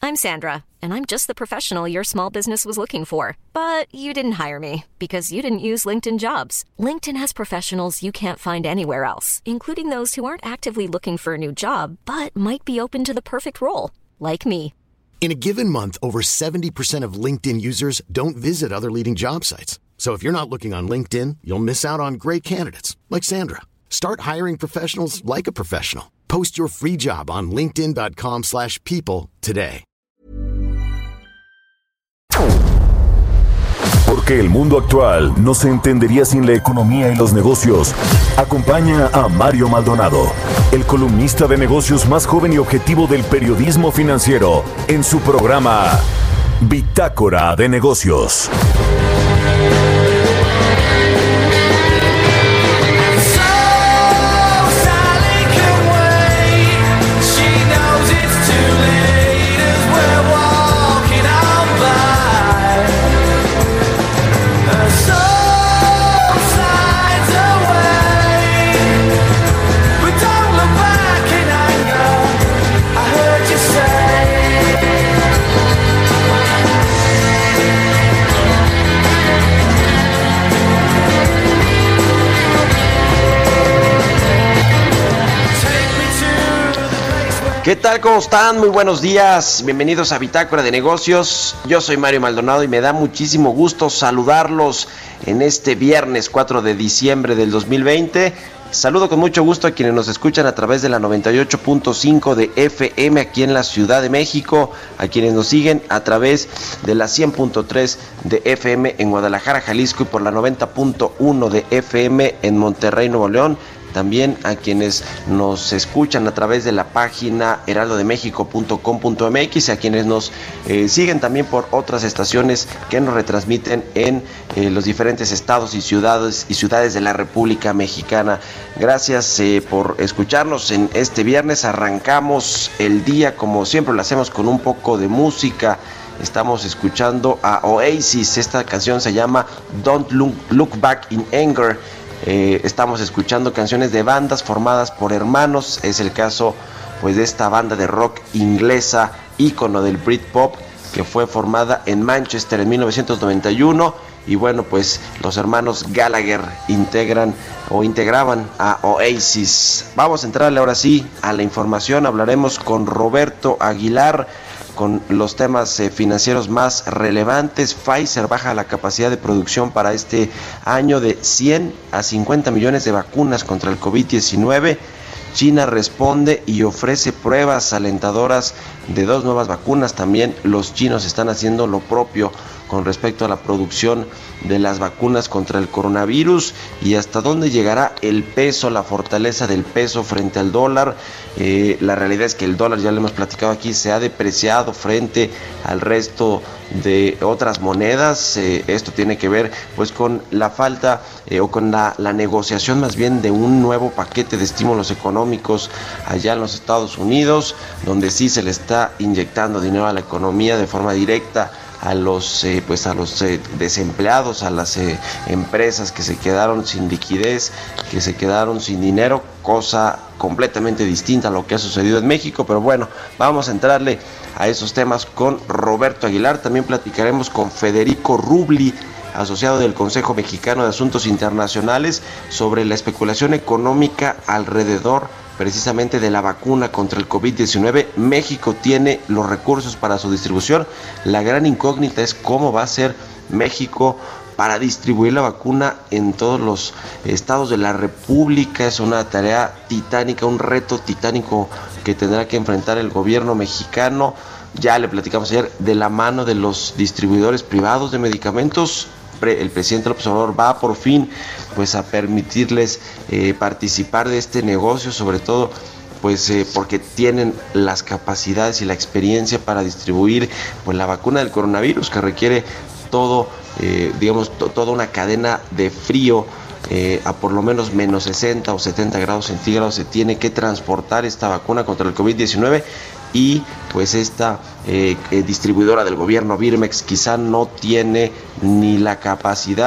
I'm Sandra, and I'm just the professional your small business was looking for. But you didn't hire me because you didn't use LinkedIn Jobs. LinkedIn has professionals you can't find anywhere else, including those who aren't actively looking for a new job, but might be open to the perfect role, like me. In a given month, over 70% of LinkedIn users don't visit other leading job sites. So if you're not looking on LinkedIn, you'll miss out on great candidates like Sandra. Start hiring professionals like a professional. Post your free job on linkedin.com/people today. Porque el mundo actual no se entendería sin la economía y los negocios. Acompaña a Mario Maldonado, el columnista de negocios más joven y objetivo del periodismo financiero, en su programa Bitácora de Negocios. ¿Qué tal? ¿Cómo están? Muy buenos días. Bienvenidos a Bitácora de Negocios. Yo soy Mario Maldonado y me da muchísimo gusto saludarlos en este viernes 4 de diciembre del 2020. Saludo con mucho gusto a quienes nos escuchan a través de la 98.5 de FM aquí en la Ciudad de México, a quienes nos siguen a través de la 100.3 de FM en Guadalajara, Jalisco, y por la 90.1 de FM en Monterrey, Nuevo León. También a quienes nos escuchan a través de la página heraldodemexico.com.mx y a quienes nos siguen también por otras estaciones que nos retransmiten en los diferentes estados y ciudades de la República Mexicana. Gracias por escucharnos en este viernes. Arrancamos el día como siempre lo hacemos con un poco de música. Estamos escuchando a Oasis. Esta canción se llama Don't Look Back in Anger. Estamos escuchando canciones de bandas formadas por hermanos. Es el caso pues de esta banda de rock inglesa, ícono del Britpop, que fue formada en Manchester en 1991. Y bueno, pues los hermanos Gallagher integraban a Oasis. Vamos a entrarle ahora sí a la información. Hablaremos con Roberto Aguilar con los temas financieros más relevantes. Pfizer baja la capacidad de producción para este año de 100 a 50 millones de vacunas contra el COVID-19. China responde y ofrece pruebas alentadoras de 2 nuevas vacunas. También los chinos están haciendo lo propio con respecto a la producción de las vacunas contra el coronavirus. Y hasta dónde llegará el peso, la fortaleza del peso frente al dólar. La realidad es que el dólar, ya lo hemos platicado aquí, se ha depreciado frente al resto de otras monedas. Esto tiene que ver pues con la falta o con la negociación más bien de un nuevo paquete de estímulos económicos allá en los Estados Unidos, donde sí se le está inyectando dinero a la economía de forma directa a los desempleados, a las empresas que se quedaron sin liquidez, que se quedaron sin dinero, cosa completamente distinta a lo que ha sucedido en México. Pero bueno, vamos a entrarle a esos temas con Roberto Aguilar. También platicaremos con Federico Rubli, asociado del Consejo Mexicano de Asuntos Internacionales, sobre la especulación económica alrededor precisamente de la vacuna contra el COVID-19. México tiene los recursos para su distribución. La gran incógnita es cómo va a ser México para distribuir la vacuna en todos los estados de la República. Es una tarea titánica, un reto titánico que tendrá que enfrentar el gobierno mexicano. Ya le platicamos ayer, de la mano de los distribuidores privados de medicamentos. El presidente López Obrador va por fin pues a permitirles participar de este negocio, sobre todo pues porque tienen las capacidades y la experiencia para distribuir pues la vacuna del coronavirus, que requiere toda una cadena de frío a por lo menos menos 60 o 70 grados centígrados. Se tiene que transportar esta vacuna contra el COVID-19 y pues esta distribuidora del gobierno, Birmex, quizá no tiene ni la capacidad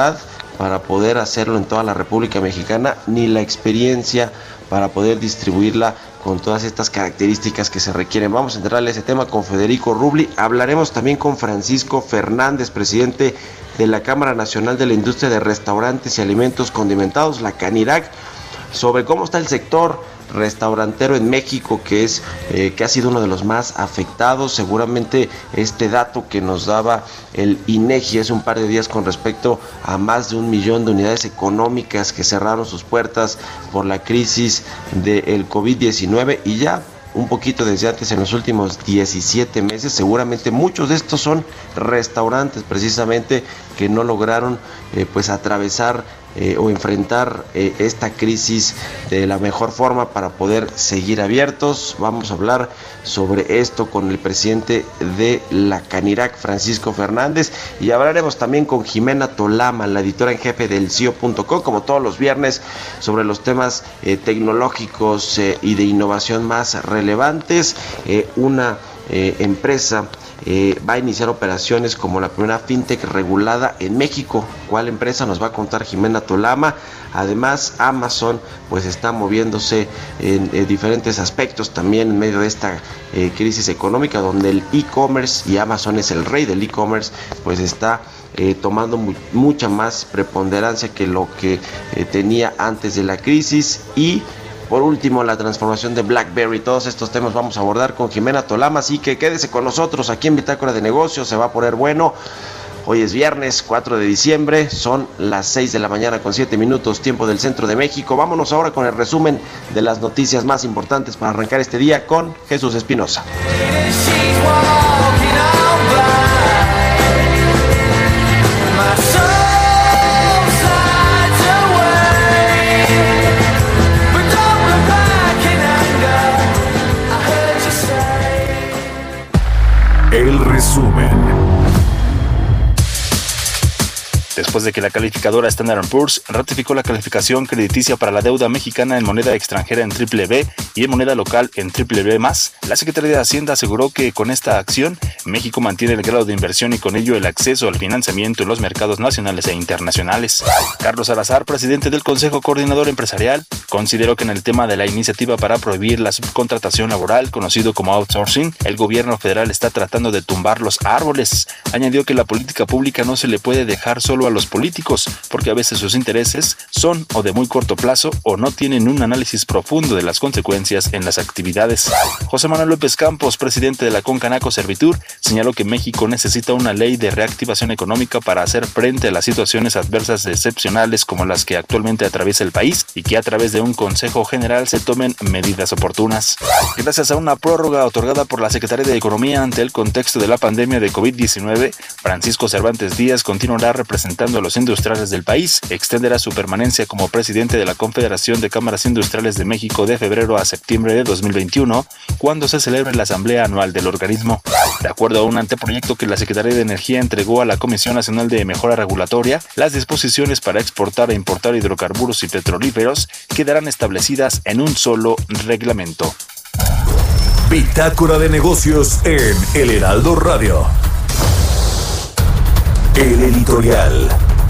para poder hacerlo en toda la República Mexicana, ni la experiencia para poder distribuirla con todas estas características que se requieren. Vamos a entrar a ese tema con Federico Rubli. Hablaremos también con Francisco Fernández, presidente de la Cámara Nacional de la Industria de Restaurantes y Alimentos Condimentados, la CANIRAC, sobre cómo está el sector restaurantero en México, que ha sido uno de los más afectados. Seguramente este dato que nos daba el INEGI hace un par de días con respecto a más de 1 millón de unidades económicas que cerraron sus puertas por la crisis del COVID-19, y ya un poquito desde antes, en los últimos 17 meses, seguramente muchos de estos son restaurantes precisamente que no lograron pues atravesar o enfrentar esta crisis de la mejor forma para poder seguir abiertos. Vamos a hablar sobre esto con el presidente de la CANIRAC, Francisco Fernández, y hablaremos también con Jimena Tolama, la editora en jefe del CIO.com, como todos los viernes, sobre los temas tecnológicos y de innovación más relevantes. Una empresa va a iniciar operaciones como la primera fintech regulada en México. ¿Cuál empresa? Nos va a contar Jimena Tolama. Además, Amazon pues está moviéndose en diferentes aspectos también en medio de esta crisis económica, donde el e-commerce, y Amazon es el rey del e-commerce, pues está tomando mucha más preponderancia que lo que tenía antes de la crisis. Y por último, la transformación de BlackBerry. Todos estos temas vamos a abordar con Jimena Tolama, así que quédese con nosotros aquí en Bitácora de Negocios. Se va a poner bueno. Hoy es viernes 4 de diciembre, son las 6 de la mañana con 7 minutos, tiempo del centro de México. Vámonos ahora con el resumen de las noticias más importantes para arrancar este día con Jesús Espinosa. El resumen. Después de que la calificadora Standard & Poor's ratificó la calificación crediticia para la deuda mexicana en moneda extranjera en BBB y en moneda local en BBB+, la Secretaría de Hacienda aseguró que con esta acción México mantiene el grado de inversión y con ello el acceso al financiamiento en los mercados nacionales e internacionales. Carlos Salazar, presidente del Consejo Coordinador Empresarial, consideró que en el tema de la iniciativa para prohibir la subcontratación laboral, conocido como outsourcing, el gobierno federal está tratando de tumbar los árboles. Añadió que la política pública no se le puede dejar solo a los políticos, porque a veces sus intereses son o de muy corto plazo o no tienen un análisis profundo de las consecuencias en las actividades. José Manuel López Campos, presidente de la Concanaco Servitur, señaló que México necesita una ley de reactivación económica para hacer frente a las situaciones adversas excepcionales como las que actualmente atraviesa el país y que a través de un Consejo General se tomen medidas oportunas. Gracias a una prórroga otorgada por la Secretaría de Economía ante el contexto de la pandemia de COVID-19, Francisco Cervantes Díaz continuará representando a los industriales del país. Extenderá su permanencia como presidente de la Confederación de Cámaras Industriales de México de febrero a septiembre de 2021, cuando se celebre la asamblea anual del organismo. De acuerdo a un anteproyecto que la Secretaría de Energía entregó a la Comisión Nacional de Mejora Regulatoria, las disposiciones para exportar e importar hidrocarburos y petrolíferos quedarán establecidas en un solo reglamento. Bitácora de Negocios en El Heraldo Radio. El editorial.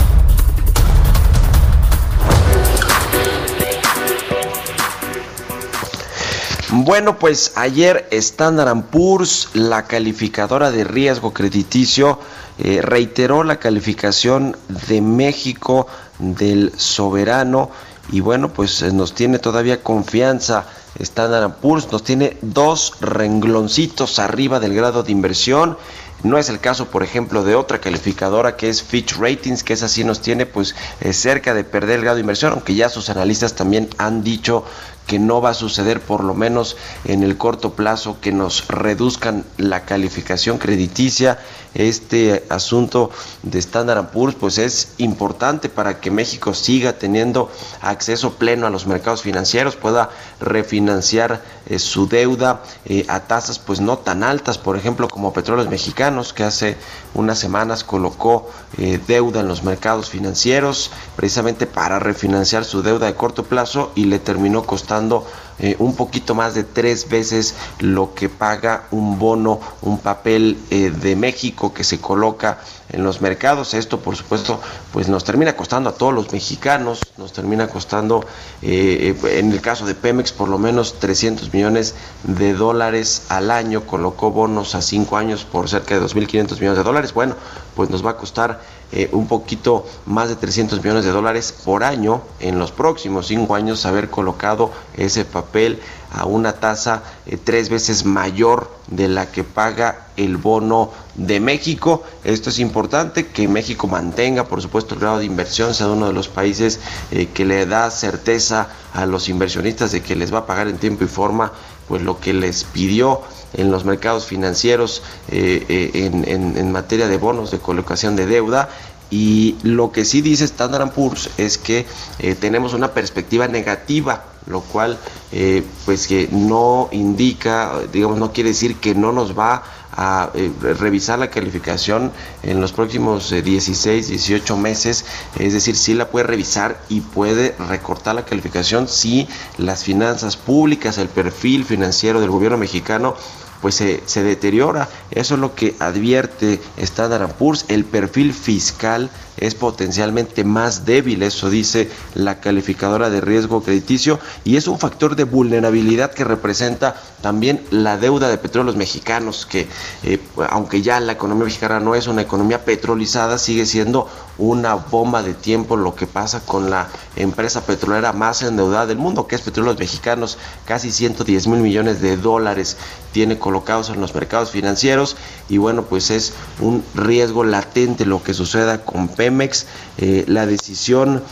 Bueno, pues ayer Standard & Poor's, la calificadora de riesgo crediticio, reiteró la calificación de México del soberano, y bueno, pues nos tiene todavía confianza. Standard & Poor's nos tiene 2 rengloncitos arriba del grado de inversión. No es el caso, por ejemplo, de otra calificadora que es Fitch Ratings, que esa sí nos tiene pues cerca de perder el grado de inversión, aunque ya sus analistas también han dicho que no va a suceder, por lo menos en el corto plazo, que nos reduzcan la calificación crediticia. Este asunto de Standard & Poor's pues es importante para que México siga teniendo acceso pleno a los mercados financieros, pueda refinanciar su deuda a tasas pues no tan altas, por ejemplo como Petróleos Mexicanos, que hace unas semanas colocó deuda en los mercados financieros precisamente para refinanciar su deuda de corto plazo y le terminó costando un poquito más de 3 veces lo que paga un bono, un papel de México que se coloca en los mercados. Esto, por supuesto, pues nos termina costando a todos los mexicanos, nos termina costando, en el caso de Pemex, por lo menos $300 millones al año. Colocó bonos a 5 años por cerca de $2.500 millones. Bueno, pues nos va a costar un poquito más de $300 millones por año en los próximos 5 años haber colocado ese papel a una tasa 3 veces mayor de la que paga el bono de México. Esto es importante, que México mantenga, por supuesto, el grado de inversión, sea uno de los países que le da certeza a los inversionistas de que les va a pagar en tiempo y forma pues lo que les pidió en los mercados financieros en materia de bonos de colocación de deuda. Y lo que sí dice Standard & Poor's es que tenemos una perspectiva negativa, lo cual pues que no indica, digamos, no quiere decir que no nos va a revisar la calificación en los próximos 16, 18 meses, es decir, sí la puede revisar y puede recortar la calificación si las finanzas públicas, el perfil financiero del gobierno mexicano pues se deteriora. Eso es lo que advierte Standard & Poor's. El perfil fiscal es potencialmente más débil, eso dice la calificadora de riesgo crediticio, y es un factor de vulnerabilidad que representa también la deuda de petróleos mexicanos, que aunque ya la economía mexicana no es una economía petrolizada, sigue siendo una bomba de tiempo lo que pasa con la empresa petrolera más endeudada del mundo, que es Petróleos Mexicanos. Casi $110 mil millones tiene colocados en los mercados financieros, y bueno, pues es un riesgo latente lo que suceda con Pemex. La decisión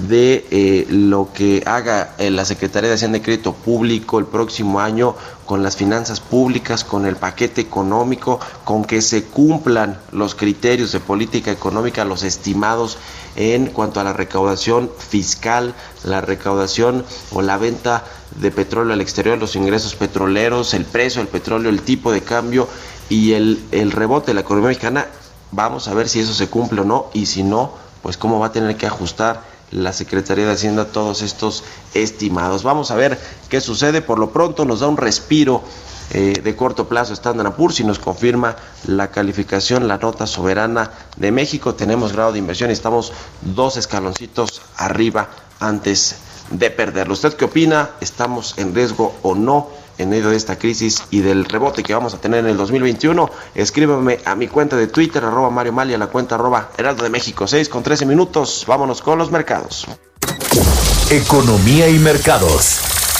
de lo que haga la Secretaría de Hacienda y Crédito Público el próximo año con las finanzas públicas, con el paquete económico, con que se cumplan los criterios de política económica, los estimados en cuanto a la recaudación fiscal, la recaudación o la venta de petróleo al exterior, los ingresos petroleros, el precio del petróleo, el tipo de cambio y el rebote de la economía mexicana. Vamos a ver si eso se cumple o no, y si no, pues cómo va a tener que ajustar la Secretaría de Hacienda todos estos estimados. Vamos a ver qué sucede. Por lo pronto nos da un respiro de corto plazo Standard & Poor's y nos confirma la calificación, la nota soberana de México. Tenemos grado de inversión y estamos 2 escaloncitos arriba antes de perderlo. ¿Usted qué opina? ¿Estamos en riesgo o no en medio de esta crisis y del rebote que vamos a tener en el 2021? Escríbeme a mi cuenta de Twitter, @Mario Mal, y a la cuenta @Heraldo de México. 6:13. Vámonos con los mercados. Economía y mercados.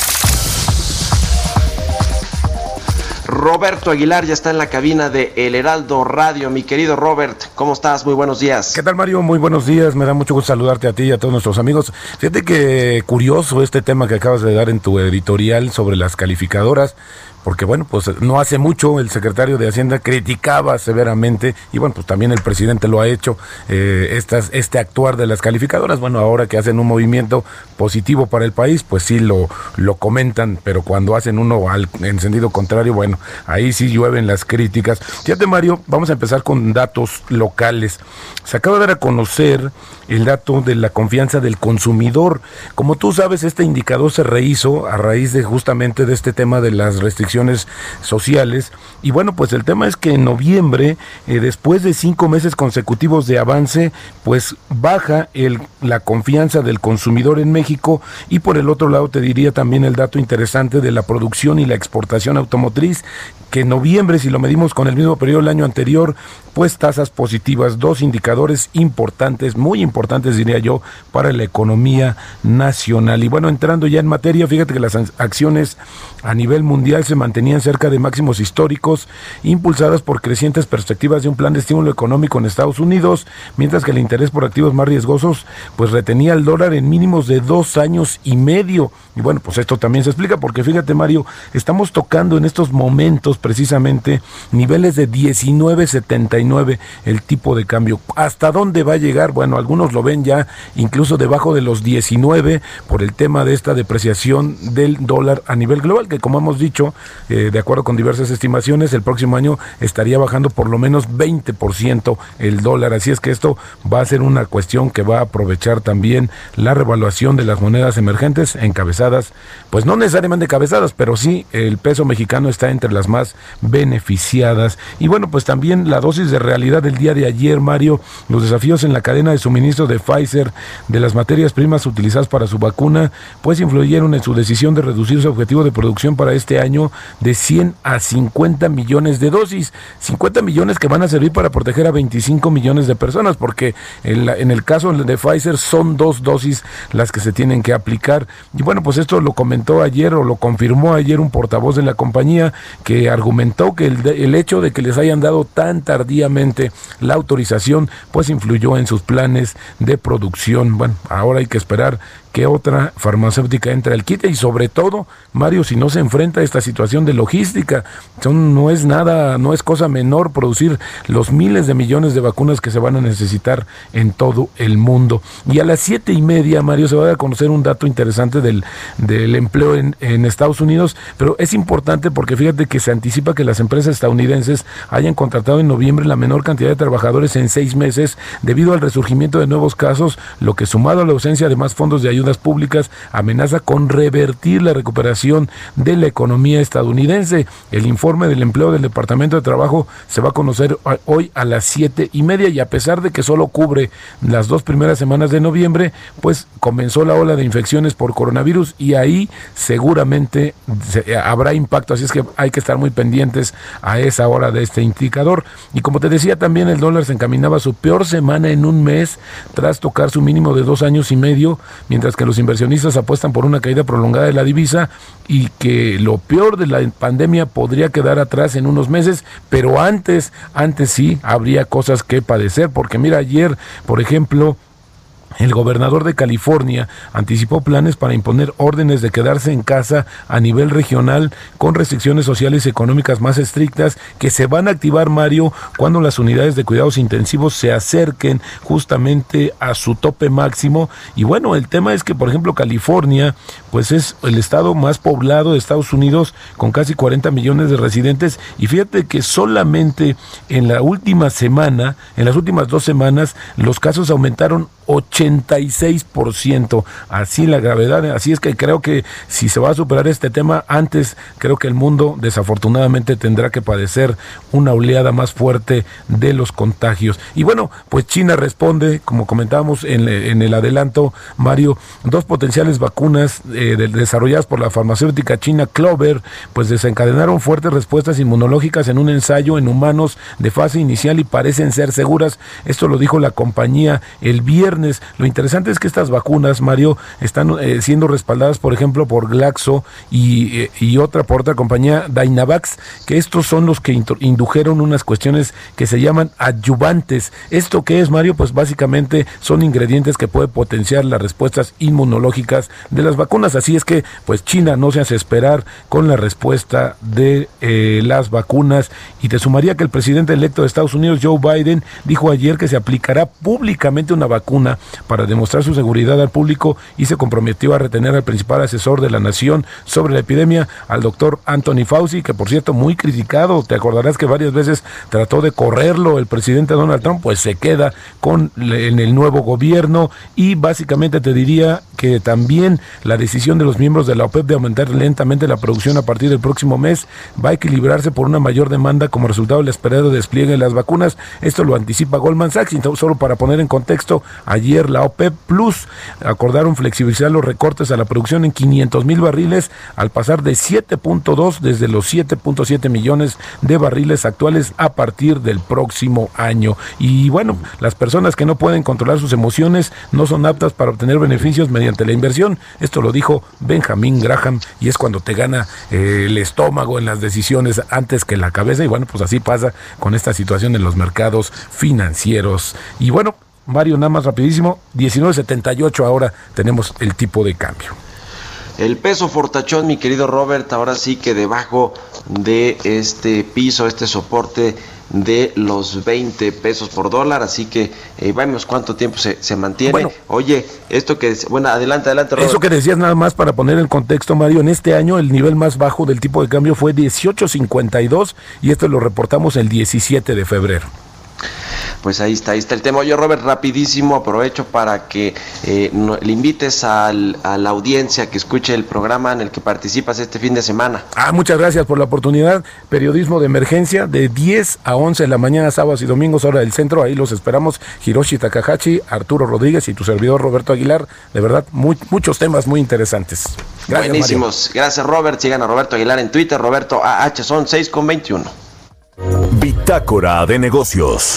Roberto Aguilar ya está en la cabina de El Heraldo Radio. Mi querido Robert, ¿cómo estás? Muy buenos días. ¿Qué tal, Mario? Muy buenos días. Me da mucho gusto saludarte a ti y a todos nuestros amigos. Fíjate que curioso este tema que acabas de dar en tu editorial sobre las calificadoras, porque bueno, pues no hace mucho el secretario de Hacienda criticaba severamente, y bueno, pues también el presidente lo ha hecho, este actuar de las calificadoras. Bueno, ahora que hacen un movimiento positivo para el país, pues sí lo comentan, pero cuando hacen uno en sentido contrario, bueno, ahí sí llueven las críticas. Fíjate, Mario, vamos a empezar con datos locales. Se acaba de dar a conocer el dato de la confianza del consumidor. Como tú sabes, este indicador se rehizo a raíz de justamente de este tema de las restricciones sociales, y bueno, pues el tema es que en noviembre, después de 5 meses consecutivos de avance, pues baja la confianza del consumidor en México. Y por el otro lado te diría también el dato interesante de la producción y la exportación automotriz, que en noviembre, si lo medimos con el mismo periodo del año anterior, pues tasas positivas, 2 indicadores importantes, muy importantes diría yo, para la economía nacional. Y bueno, entrando ya en materia, fíjate que las acciones a nivel mundial se mantenían cerca de máximos históricos, impulsadas por crecientes perspectivas de un plan de estímulo económico en Estados Unidos, mientras que el interés por activos más riesgosos pues retenía el dólar en mínimos de 2 años y medio. Y bueno, pues esto también se explica porque fíjate, Mario, estamos tocando en estos momentos precisamente niveles de 19.79 el tipo de cambio. ¿Hasta dónde va a llegar? Bueno, algunos lo ven ya incluso debajo de los 19 por el tema de esta depreciación del dólar a nivel global, que como hemos dicho, de acuerdo con diversas estimaciones, el próximo año estaría bajando por lo menos 20% el dólar. Así es que esto va a ser una cuestión que va a aprovechar también la revaluación de las monedas emergentes encabezadas, pues no necesariamente encabezadas, pero sí el peso mexicano está entre las más beneficiadas. Y bueno, pues también la dosis de realidad del día de ayer, Mario, los desafíos en la cadena de suministro de Pfizer de las materias primas utilizadas para su vacuna, pues influyeron en su decisión de reducir su objetivo de producción para este año de 100 a 50 millones de dosis, 50 millones que van a servir para proteger a 25 millones de personas, porque en el caso de Pfizer son 2 dosis las que se tienen que aplicar. Y bueno, pues esto lo comentó ayer o lo confirmó ayer un portavoz de la compañía, que argumentó que el hecho de que les hayan dado tan tardíamente la autorización pues influyó en sus planes de producción. Bueno, ahora hay que esperar que otra farmacéutica entre al quite y sobre todo, Mario, si no se enfrenta a esta situación de logística, no es cosa menor producir los miles de millones de vacunas que se van a necesitar en todo el mundo. Y a las 7:30, Mario, se va a dar a conocer un dato interesante del empleo en Estados Unidos, pero es importante porque fíjate que se anticipa que las empresas estadounidenses hayan contratado en noviembre la menor cantidad de trabajadores en 6 meses debido al resurgimiento de nuevos casos, lo que sumado a la ausencia de más fondos de ayudas públicas amenaza con revertir la recuperación de la economía estadounidense. El informe del empleo del Departamento de Trabajo se va a conocer hoy a las 7:30 y a pesar de que solo cubre las 2 primeras semanas de noviembre, pues comenzó la ola de infecciones por coronavirus y ahí seguramente habrá impacto, así es que hay que estar muy pendientes a esa hora de este indicador. Y como te decía, también el dólar se encaminaba a su peor semana en un mes tras tocar su mínimo de 2 años y medio, mientras que los inversionistas apuestan por una caída prolongada de la divisa y que lo peor de la pandemia podría quedar atrás en unos meses, pero antes sí habría cosas que padecer, porque mira, ayer, por ejemplo, el gobernador de California anticipó planes para imponer órdenes de quedarse en casa a nivel regional con restricciones sociales y económicas más estrictas que se van a activar, Mario, cuando las unidades de cuidados intensivos se acerquen justamente a su tope máximo. Y bueno, el tema es que, por ejemplo, California pues es el estado más poblado de Estados Unidos con casi 40 millones de residentes y fíjate que solamente en la última semana, en las últimas 2 semanas, los casos aumentaron 86%, así la gravedad, así es que creo que si se va a superar este tema antes, creo que el mundo desafortunadamente tendrá que padecer una oleada más fuerte de los contagios. Y bueno, pues China responde, como comentábamos en el adelanto, Mario, 2 potenciales vacunas desarrolladas por la farmacéutica china Clover, pues desencadenaron fuertes respuestas inmunológicas en un ensayo en humanos de fase inicial y parecen ser seguras. Esto lo dijo la compañía el viernes. Lo interesante es que estas vacunas, Mario, están siendo respaldadas, por ejemplo, por Glaxo y por otra compañía, Dynavax, que estos son los que indujeron unas cuestiones que se llaman adyuvantes. ¿Esto qué es, Mario? Pues básicamente son ingredientes que pueden potenciar las respuestas inmunológicas de las vacunas. Así es que, pues China no se hace esperar con la respuesta de las vacunas. Y te sumaría que el presidente electo de Estados Unidos, Joe Biden, dijo ayer que se aplicará públicamente una vacuna para demostrar su seguridad al público y se comprometió a retener al principal asesor de la nación sobre la epidemia, al doctor Anthony Fauci, que por cierto muy criticado. Te acordarás que varias veces trató de correrlo el presidente Donald Trump, pues se queda en el nuevo gobierno. Y básicamente te diría que también la decisión de los miembros de la OPEP de aumentar lentamente la producción a partir del próximo mes va a equilibrarse por una mayor demanda como resultado del esperado despliegue de las vacunas. Esto lo anticipa Goldman Sachs. Entonces, solo para poner en contexto, ayer la OPEP Plus acordaron flexibilizar los recortes a la producción en 500,000 barriles al pasar de 7.2 desde los 7.7 millones de barriles actuales a partir del próximo año. Y bueno, las personas que no pueden controlar sus emociones no son aptas para obtener beneficios mediante la inversión. Esto lo dijo Benjamin Graham y es cuando te gana el estómago en las decisiones antes que la cabeza. Y bueno, pues así pasa con esta situación en los mercados financieros. Y bueno, Mario, nada más rapidísimo, 19.78 ahora tenemos el tipo de cambio. El peso fortachón, mi querido Robert, ahora sí que debajo de este piso, este soporte de los 20 pesos por dólar, así que vemos cuánto tiempo se mantiene. Bueno, oye, esto que bueno, adelante, Robert. Eso que decías nada más para poner en contexto, Mario, en este año el nivel más bajo del tipo de cambio fue 18.52 y esto lo reportamos el 17 de febrero. Pues ahí está el tema. Oye, Robert, rapidísimo, aprovecho para que le invites a la audiencia que escuche el programa en el que participas este fin de semana. Muchas gracias por la oportunidad. Periodismo de emergencia de 10 a 11 de la mañana, sábados y domingos, hora del centro. Ahí los esperamos, Hiroshi Takahashi, Arturo Rodríguez y tu servidor Roberto Aguilar. De verdad, muchos temas muy interesantes. Gracias, buenísimos. Mario. Gracias, Robert. Sigan a Roberto Aguilar en Twitter, Roberto AH, son 6:21. Bitácora de negocios.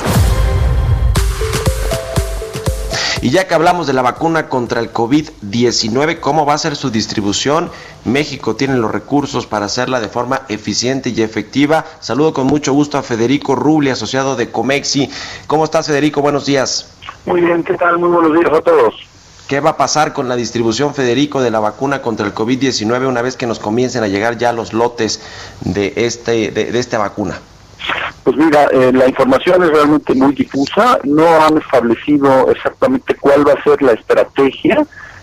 Y ya que hablamos de la vacuna contra el COVID-19, ¿cómo va a ser su distribución? México tiene los recursos para hacerla de forma eficiente y efectiva. Saludo con mucho gusto a Federico Rubli, asociado de Comexi. ¿Cómo estás, Federico? Buenos días. Muy bien, ¿qué tal? Muy buenos días a todos. ¿Qué va a pasar con la distribución, Federico, de la vacuna contra el COVID-19 una vez que nos comiencen a llegar ya los lotes de esta vacuna? Pues mira, la información es realmente muy difusa, no han establecido exactamente cuál va a ser la estrategia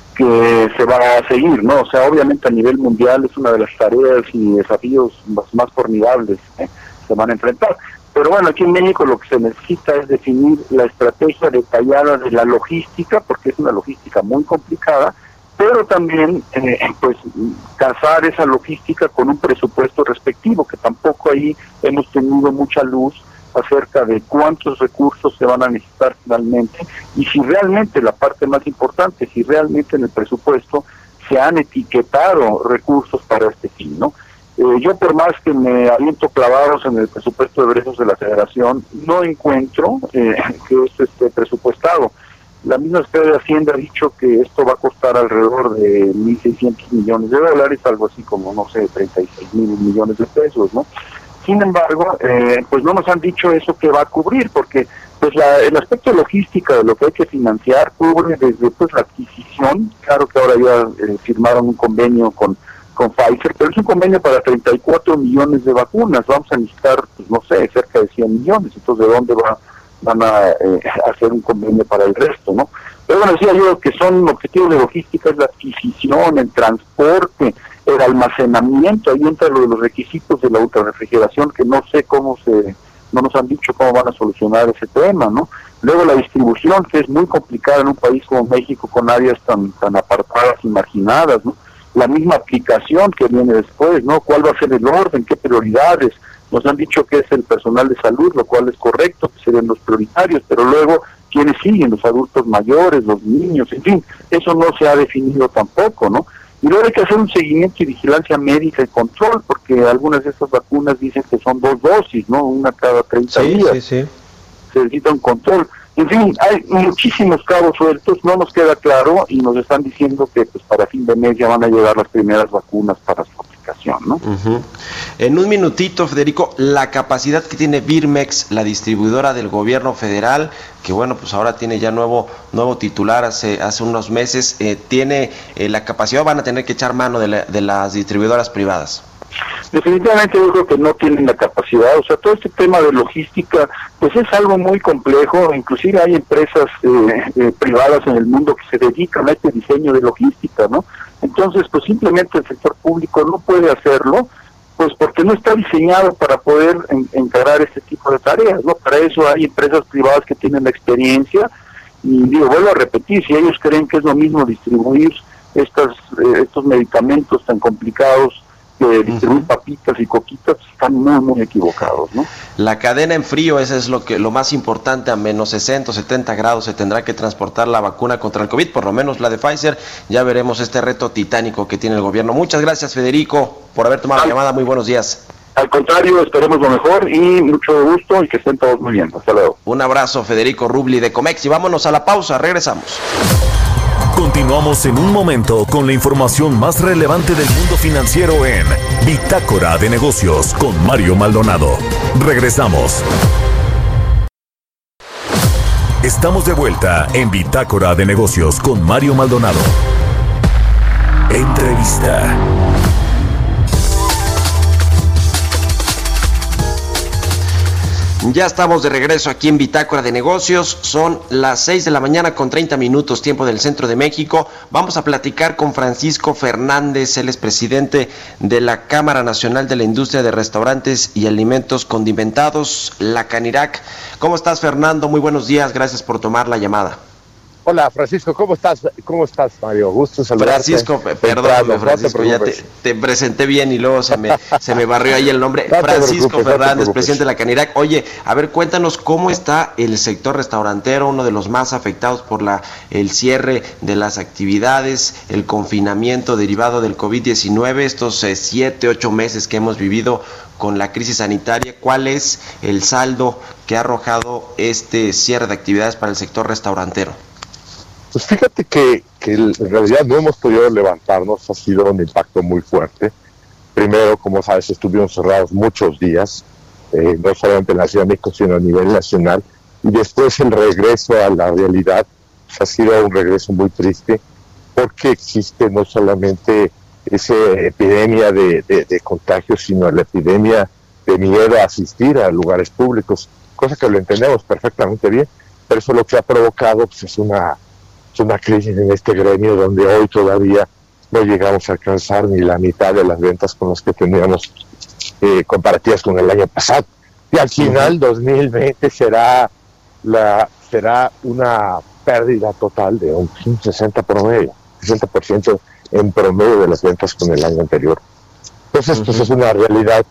que se va a seguir, ¿no? O sea, obviamente a nivel mundial es una de las tareas y desafíos más formidables que se van a enfrentar. Pero bueno, aquí en México lo que se necesita es definir la estrategia detallada de la logística, porque es una logística muy complicada, pero también pues casar esa logística con un presupuesto respectivo, que tampoco ahí hemos tenido mucha luz acerca de cuántos recursos se van a necesitar finalmente y si realmente, la parte más importante, si realmente en el presupuesto se han etiquetado recursos para este fin, ¿no? Yo por más que me aviento clavados en el presupuesto de egresos de la Federación, no encuentro que esto esté presupuestado. La misma Secretaría de Hacienda ha dicho que esto va a costar alrededor de 1.600 millones de dólares, algo así como, no sé, 36,000 millones de pesos, ¿no? Sin embargo, pues no nos han dicho eso que va a cubrir, porque pues el aspecto logística de lo que hay que financiar cubre desde pues la adquisición. Claro que ahora ya firmaron un convenio con Pfizer, pero es un convenio para 34 millones de vacunas. Vamos a necesitar, pues no sé, cerca de 100 millones. Entonces, ¿de dónde van a hacer un convenio para el resto, no? Pero bueno, decía yo que son objetivos de logística, es la adquisición, el transporte, el almacenamiento. Ahí entra lo de los requisitos de la ultrarrefrigeración, que no sé no nos han dicho cómo van a solucionar ese tema, ¿no? Luego la distribución, que es muy complicada en un país como México, con áreas tan apartadas y marginadas, ¿no? La misma aplicación que viene después, ¿no? ¿Cuál va a ser el orden? ¿Qué prioridades? Nos han dicho que es el personal de salud, lo cual es correcto, que serían los prioritarios, pero luego, ¿quiénes siguen? Los adultos mayores, los niños, en fin, eso no se ha definido tampoco, ¿no? Y luego hay que hacer un seguimiento y vigilancia médica y control, porque algunas de estas vacunas dicen que son 2 dosis, ¿no? Una cada 30 días. Sí. Se necesita un control. En fin, hay muchísimos cabos sueltos, no nos queda claro y nos están diciendo que pues para fin de mes ya van a llegar las primeras vacunas para su aplicación, ¿no? Uh-huh. En un minutito, Federico, la capacidad que tiene Birmex, la distribuidora del gobierno federal, que bueno, pues ahora tiene ya nuevo titular hace unos meses, ¿tiene la capacidad o van a tener que echar mano de las distribuidoras privadas? Definitivamente yo creo que no tienen la capacidad, o sea, todo este tema de logística, pues es algo muy complejo, inclusive hay empresas privadas en el mundo que se dedican a este diseño de logística, ¿no? Entonces, pues simplemente el sector público no puede hacerlo, pues porque no está diseñado para poder encarar este tipo de tareas, ¿no? Para eso hay empresas privadas que tienen la experiencia, y digo, vuelvo a repetir, si ellos creen que es lo mismo distribuir estos medicamentos tan complicados, distribuir papitas y coquitas, están muy equivocados, ¿no? La cadena en frío, ese es lo más importante. A menos 60 o 70 grados se tendrá que transportar la vacuna contra el COVID, por lo menos la de Pfizer. Ya veremos este reto titánico que tiene el gobierno. Muchas gracias, Federico, por haber tomado la llamada. Muy buenos días. Al contrario, esperemos lo mejor y mucho gusto y que estén todos muy bien. Hasta luego. Un abrazo, Federico Rubli de Comex, y vámonos a la pausa, regresamos. Continuamos en un momento con la información más relevante del mundo financiero en Bitácora de Negocios con Mario Maldonado. Regresamos. Estamos de vuelta en Bitácora de Negocios con Mario Maldonado. Entrevista. Ya estamos de regreso aquí en Bitácora de Negocios. Son las 6 de la mañana con 30 minutos, tiempo del centro de México. Vamos a platicar con Francisco Fernández, él es presidente de la Cámara Nacional de la Industria de Restaurantes y Alimentos Condimentados, la Canirac. ¿Cómo estás, Fernando? Muy buenos días, gracias por tomar la llamada. Hola, Francisco, ¿cómo estás? ¿Cómo estás, Mario? Gusto saludarte. Francisco, perdóname, Francisco, ya te presenté bien y luego se me barrió ahí el nombre. No Francisco Fernández, presidente de la Canirac. Oye, a ver, cuéntanos cómo está el sector restaurantero, uno de los más afectados por el cierre de las actividades, el confinamiento derivado del COVID-19, estos 7, 8 meses que hemos vivido con la crisis sanitaria. ¿Cuál es el saldo que ha arrojado este cierre de actividades para el sector restaurantero? Pues fíjate que en realidad no hemos podido levantarnos, ha sido un impacto muy fuerte. Primero, como sabes, estuvimos cerrados muchos días, no solamente en la Ciudad de México, sino a nivel nacional. Y después el regreso a la realidad pues, ha sido un regreso muy triste, porque existe no solamente esa epidemia de contagios, sino la epidemia de miedo a asistir a lugares públicos, cosa que lo entendemos perfectamente bien, pero eso lo que ha provocado pues, es una crisis en este gremio donde hoy todavía no llegamos a alcanzar ni la mitad de las ventas con las que teníamos comparativas con el año pasado. Y al final 2020 será una pérdida total de un 60% en promedio de las ventas con el año anterior. Entonces, pues es una realidad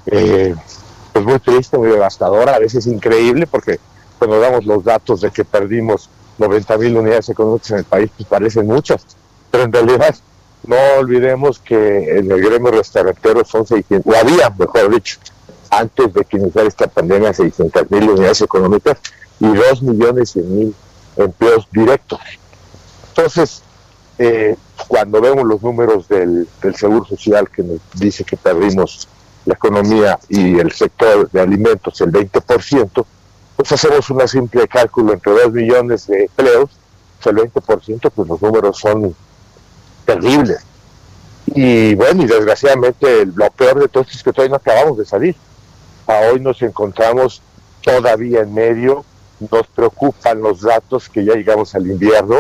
pues muy triste, muy devastadora, a veces increíble, porque cuando damos los datos de que perdimos 90,000 unidades económicas en el país, pues parecen muchas, pero en realidad no olvidemos que en el gremio restaurantero son 600, o había, mejor dicho, antes de que iniciara esta pandemia, 600,000 unidades económicas y 2,100,000 empleos directos. Entonces, cuando vemos los números del Seguro Social que nos dice que perdimos la economía y el sector de alimentos el 20%, pues hacemos una simple cálculo entre 2 millones de empleos, el 20%, pues los números son terribles. Y bueno, y desgraciadamente lo peor de todo esto es que todavía no acabamos de salir. Hoy nos encontramos todavía en medio, nos preocupan los datos que ya llegamos al invierno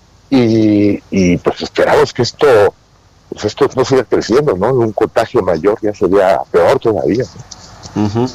y pues esperamos que esto no siga creciendo, ¿no? Un contagio mayor ya sería peor todavía, ¿no?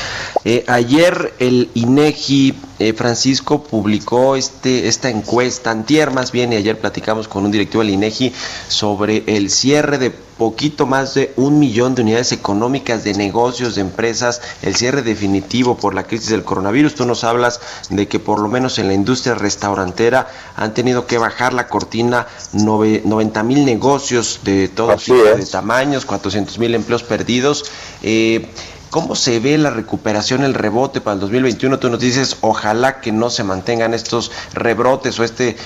Ayer el INEGI, Francisco, publicó esta encuesta, antier más bien, y ayer platicamos con un directivo del INEGI sobre el cierre de poquito más de 1 millón de unidades económicas de negocios, de empresas, el cierre definitivo por la crisis del coronavirus. Tú nos hablas de que por lo menos en la industria restaurantera han tenido que bajar la cortina 90,000 negocios de todo tipo de tamaños, 400,000 empleos perdidos. ¿Cómo se ve la recuperación, el rebote para el 2021? Tú nos dices, ojalá que no se mantengan estos rebrotes o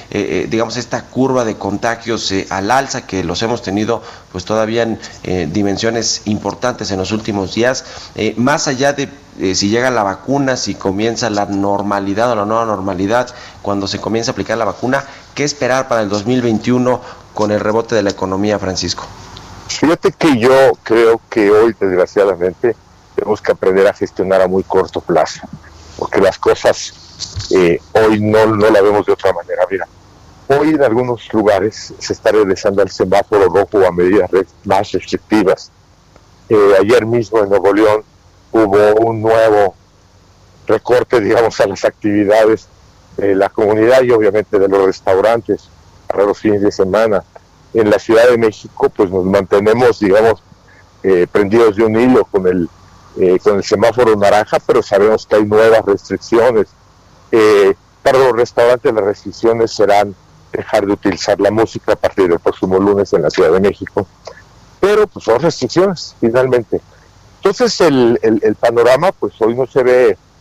esta curva de contagios al alza, que los hemos tenido pues todavía en dimensiones importantes en los últimos días. Más allá de si llega la vacuna, si comienza la normalidad o la nueva normalidad, cuando se comienza a aplicar la vacuna, ¿qué esperar para el 2021 con el rebote de la economía, Francisco? Fíjate que yo creo que hoy, desgraciadamente, tenemos que aprender a gestionar a muy corto plazo, porque las cosas hoy no la vemos de otra manera. Mira, hoy en algunos lugares se está regresando al semáforo rojo a medidas más restrictivas. Ayer mismo en Nuevo León hubo un nuevo recorte, digamos, a las actividades de la comunidad y obviamente de los restaurantes para los fines de semana. En la Ciudad de México, pues nos mantenemos, digamos, prendidos de un hilo con el semáforo naranja, pero sabemos que hay nuevas restricciones. Para los restaurantes las restricciones serán dejar de utilizar la música a partir del próximo lunes en la Ciudad de México, pero pues son restricciones finalmente. Entonces el panorama pues hoy no se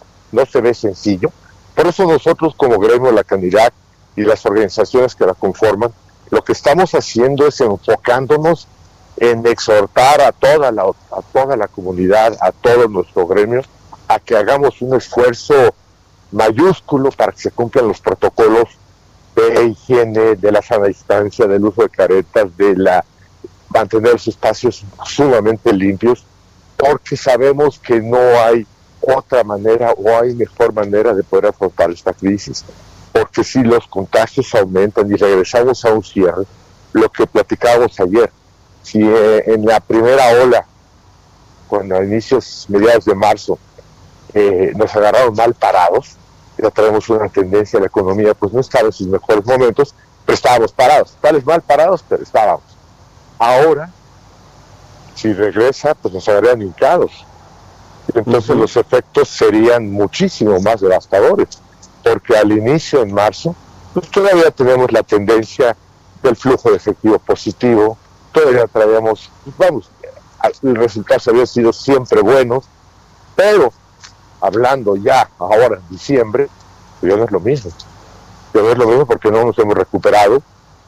ve sencillo. Por eso nosotros como gremio, la Canirac y las organizaciones que la conforman, lo que estamos haciendo es enfocándonos en exhortar a toda la comunidad, a todo nuestro gremio, a que hagamos un esfuerzo mayúsculo para que se cumplan los protocolos de higiene, de la sana distancia, del uso de caretas, mantener los espacios sumamente limpios, porque sabemos que no hay otra manera o hay mejor manera de poder afrontar esta crisis, porque si los contagios aumentan y regresamos a un cierre, lo que platicábamos ayer, si en la primera ola, cuando a mediados de marzo, nos agarraron mal parados, ya traemos una tendencia a la economía, pues no estaba en sus mejores momentos, pero estábamos parados, tales mal parados, pero estábamos. Ahora, si regresa, pues nos agarran hincados. Entonces los efectos serían muchísimo más devastadores, porque al inicio, en marzo, pues todavía tenemos la tendencia del flujo de efectivo positivo, todavía traíamos, el resultado había sido siempre bueno, pero hablando ya ahora en diciembre, ya no es lo mismo. Ya no es lo mismo porque no nos hemos recuperado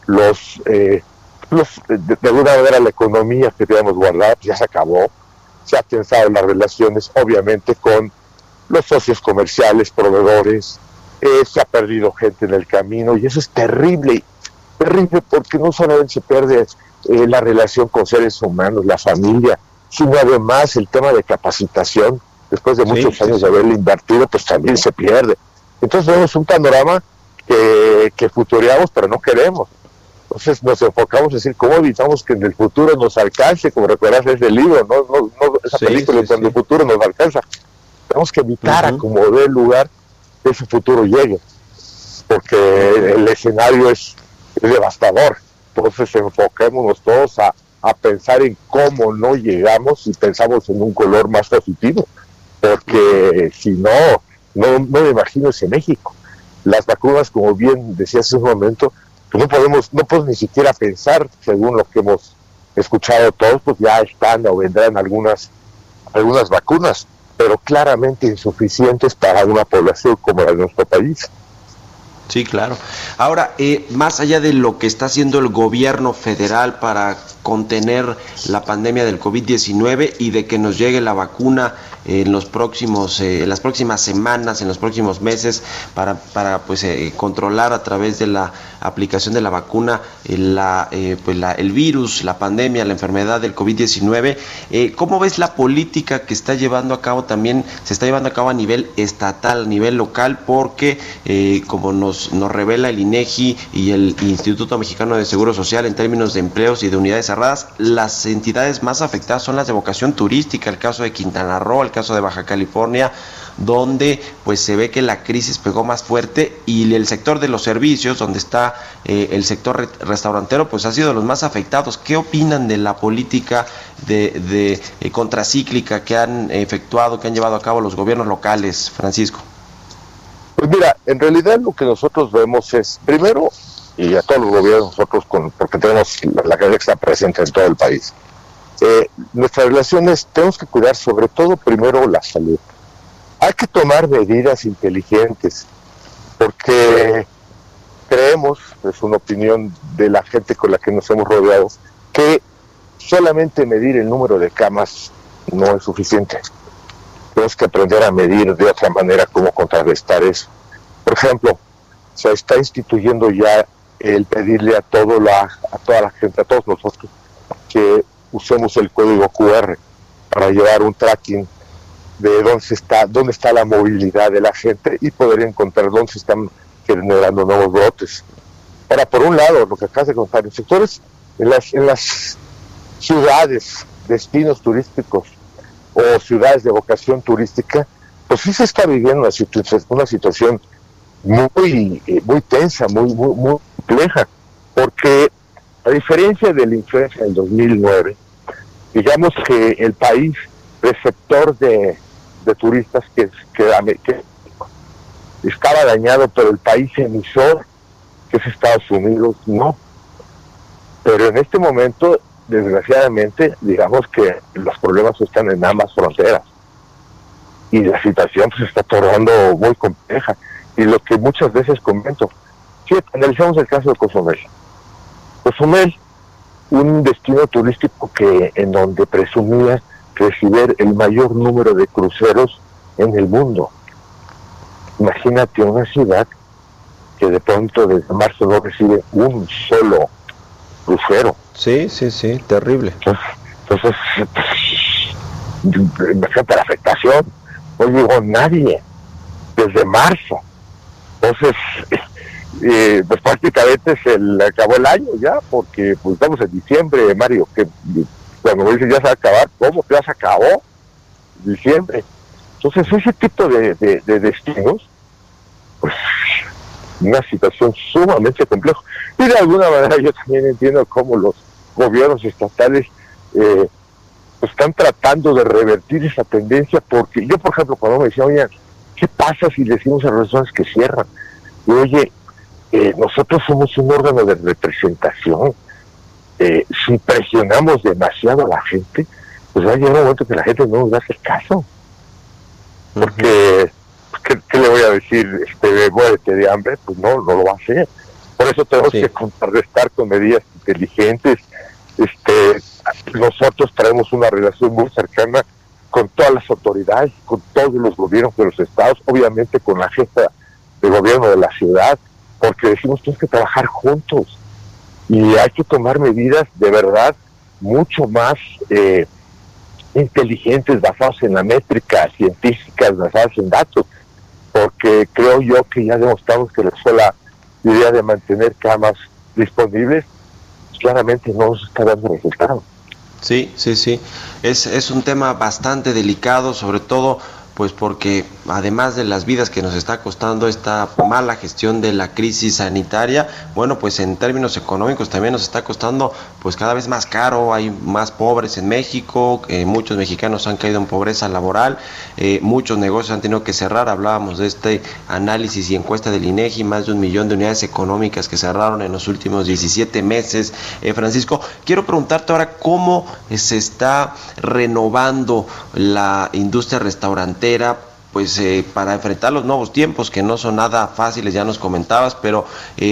de alguna manera la economía que teníamos guardada ya se acabó, se ha tensado las relaciones obviamente con los socios comerciales, proveedores, se ha perdido gente en el camino y eso es terrible porque no solamente se pierde la relación con seres humanos, la familia, sino además el tema de capacitación, después de muchos años de haberle invertido, pues también se pierde. Entonces vemos un panorama que futureamos, pero no queremos. Entonces nos enfocamos en decir cómo evitamos que en el futuro nos alcance, como recuerdas ese libro, no esa película, cuando el futuro nos alcanza. Tenemos que evitar a como dé lugar que ese futuro llegue, porque el escenario es devastador. Entonces enfoquémonos todos a pensar en cómo no llegamos y pensamos en un color más positivo, porque si no me imagino ese México. Las vacunas, como bien decía hace un momento, pues no podemos ni siquiera pensar, según lo que hemos escuchado todos, pues ya están o vendrán algunas vacunas, pero claramente insuficientes para una población como la de nuestro país. Sí, claro. Ahora, más allá de lo que está haciendo el gobierno federal para contener la pandemia del COVID-19 y de que nos llegue la vacuna en las próximas semanas, en los próximos meses, para controlar a través de la aplicación de la vacuna el virus, la pandemia, la enfermedad del COVID-19. ¿Cómo ves la política que está llevando a cabo también, se está llevando a cabo a nivel estatal, a nivel local? Porque como nos revela el INEGI y el Instituto Mexicano de Seguro Social en términos de empleos y de unidades cerradas, las entidades más afectadas son las de vocación turística, el caso de Quintana Roo, el caso de Baja California, donde pues se ve que la crisis pegó más fuerte, y el sector de los servicios, donde está el sector restaurantero, pues ha sido de los más afectados. ¿Qué opinan de la política de contracíclica que han efectuado, que han llevado a cabo los gobiernos locales, Francisco? Pues mira, en realidad lo que nosotros vemos es, primero, y a todos los gobiernos nosotros, porque tenemos la que está presente en todo el país, nuestras relaciones, tenemos que cuidar sobre todo primero la salud. Hay que tomar medidas inteligentes, porque creemos, es una opinión de la gente con la que nos hemos rodeado, que solamente medir el número de camas no es suficiente. Tenemos que aprender a medir de otra manera cómo contrarrestar eso. Por ejemplo, se está instituyendo ya el pedirle a toda la gente, a todos nosotros, que usemos el código QR para llevar un tracking de dónde está la movilidad de la gente y poder encontrar dónde se están generando nuevos brotes. Ahora, por un lado, lo que acabas de contar, en sectores, en las ciudades, destinos turísticos o ciudades de vocación turística, pues sí se está viviendo una situación muy tensa, muy compleja, porque a diferencia de la influencia del 2009, digamos que el país receptor de turistas que estaba dañado, pero el país emisor, que es Estados Unidos, no. Pero en este momento, desgraciadamente, digamos que los problemas están en ambas fronteras y la situación se está tornando muy compleja. Y lo que muchas veces comento, si analizamos el caso de Cozumel, un destino turístico en donde presumía recibir el mayor número de cruceros en el mundo. Imagínate una ciudad que de pronto desde marzo no recibe un solo crucero. Sí, terrible. Entonces imagínate la afectación, Hoy llegó nadie, desde marzo. Entonces, pues prácticamente se le acabó el año ya, porque pues estamos en diciembre, Mario, que cuando me dicen ya se va a acabar, ¿cómo? Ya se acabó diciembre. Entonces, ese tipo de destinos, pues, una situación sumamente compleja. Y de alguna manera yo también entiendo cómo los gobiernos estatales están tratando de revertir esa tendencia, porque yo, por ejemplo, cuando me decía, oye, ¿qué pasa si decimos a los restaurantes que cierran? Y oye, nosotros somos un órgano de representación. Si presionamos demasiado a la gente, pues va a llegar un momento que la gente no nos va a hacer caso. Porque, ¿qué le voy a decir? Muérete de hambre, pues no lo va a hacer. Por eso tenemos que contrarrestar con medidas inteligentes. Nosotros traemos una relación muy cercana con todas las autoridades, con todos los gobiernos de los estados, obviamente con la jefa de gobierno de la ciudad, porque decimos que tenemos que trabajar juntos y hay que tomar medidas de verdad mucho más inteligentes, basadas en la métrica, científicas, basadas en datos, porque creo yo que ya demostramos que la sola idea de mantener camas disponibles claramente no nos está dando resultados. Sí. Es un tema bastante delicado, sobre todo pues porque además de las vidas que nos está costando esta mala gestión de la crisis sanitaria, bueno, pues en términos económicos también nos está costando pues cada vez más caro. Hay más pobres en México, muchos mexicanos han caído en pobreza laboral, muchos negocios han tenido que cerrar. Hablábamos de este análisis y encuesta del INEGI, más de 1 millón de unidades económicas que cerraron en los últimos 17 meses. Francisco, quiero preguntarte ahora cómo se está renovando la industria restaurantera, pues para enfrentar los nuevos tiempos que no son nada fáciles, ya nos comentabas, pero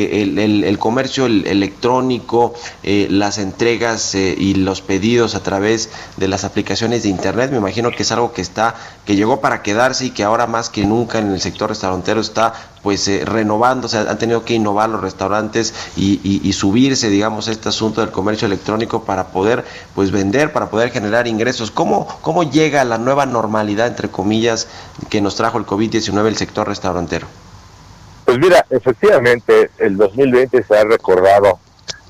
el comercio electrónico, las entregas y los pedidos a través de las aplicaciones de internet, me imagino que es algo que llegó para quedarse y que ahora más que nunca en el sector restaurantero está pues renovando. O sea, han tenido que innovar los restaurantes y subirse, digamos, a este asunto del comercio electrónico para poder pues vender, para poder generar ingresos. ¿Cómo llega la nueva normalidad, entre comillas, que nos trajo el COVID-19 el sector restaurantero? Pues mira, efectivamente el 2020 se ha recordado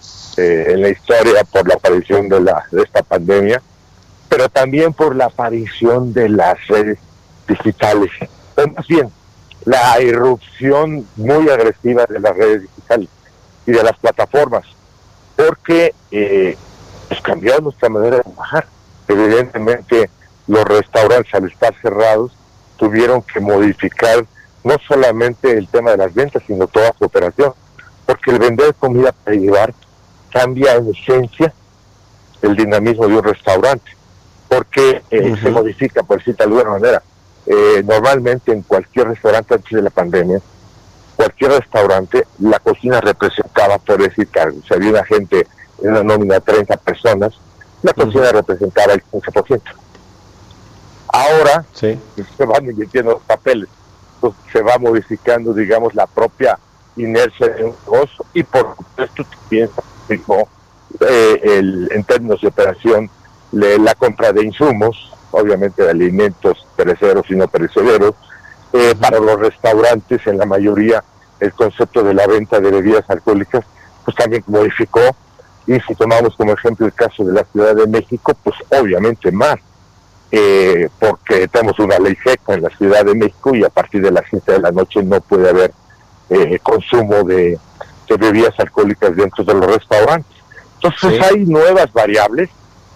en la historia por la aparición de esta pandemia, pero también por la aparición de las redes digitales, o más bien la irrupción muy agresiva de las redes digitales y de las plataformas, porque pues cambió nuestra manera de trabajar. Evidentemente los restaurantes, al estar cerrados, tuvieron que modificar no solamente el tema de las ventas, sino toda su operación, porque el vender comida para llevar cambia en esencia el dinamismo de un restaurante, porque se modifica, por decirlo de alguna manera. Normalmente en cualquier restaurante antes de la pandemia, cualquier restaurante, la cocina representaba, por decir cargos. Si había una gente en una nómina de 30 personas, la cocina representaba el 15%. Ahora se van invirtiendo los papeles, entonces se va modificando, digamos, la propia inercia de un negocio, y por supuesto también en términos de operación, la compra de insumos, obviamente de alimentos perecederos y no perecederos. Para los restaurantes, en la mayoría, el concepto de la venta de bebidas alcohólicas pues también modificó, y si tomamos como ejemplo el caso de la Ciudad de México, pues obviamente más, porque tenemos una ley seca en la Ciudad de México y a partir de las 7 de la noche no puede haber consumo de bebidas alcohólicas dentro de los restaurantes. Entonces hay nuevas variables,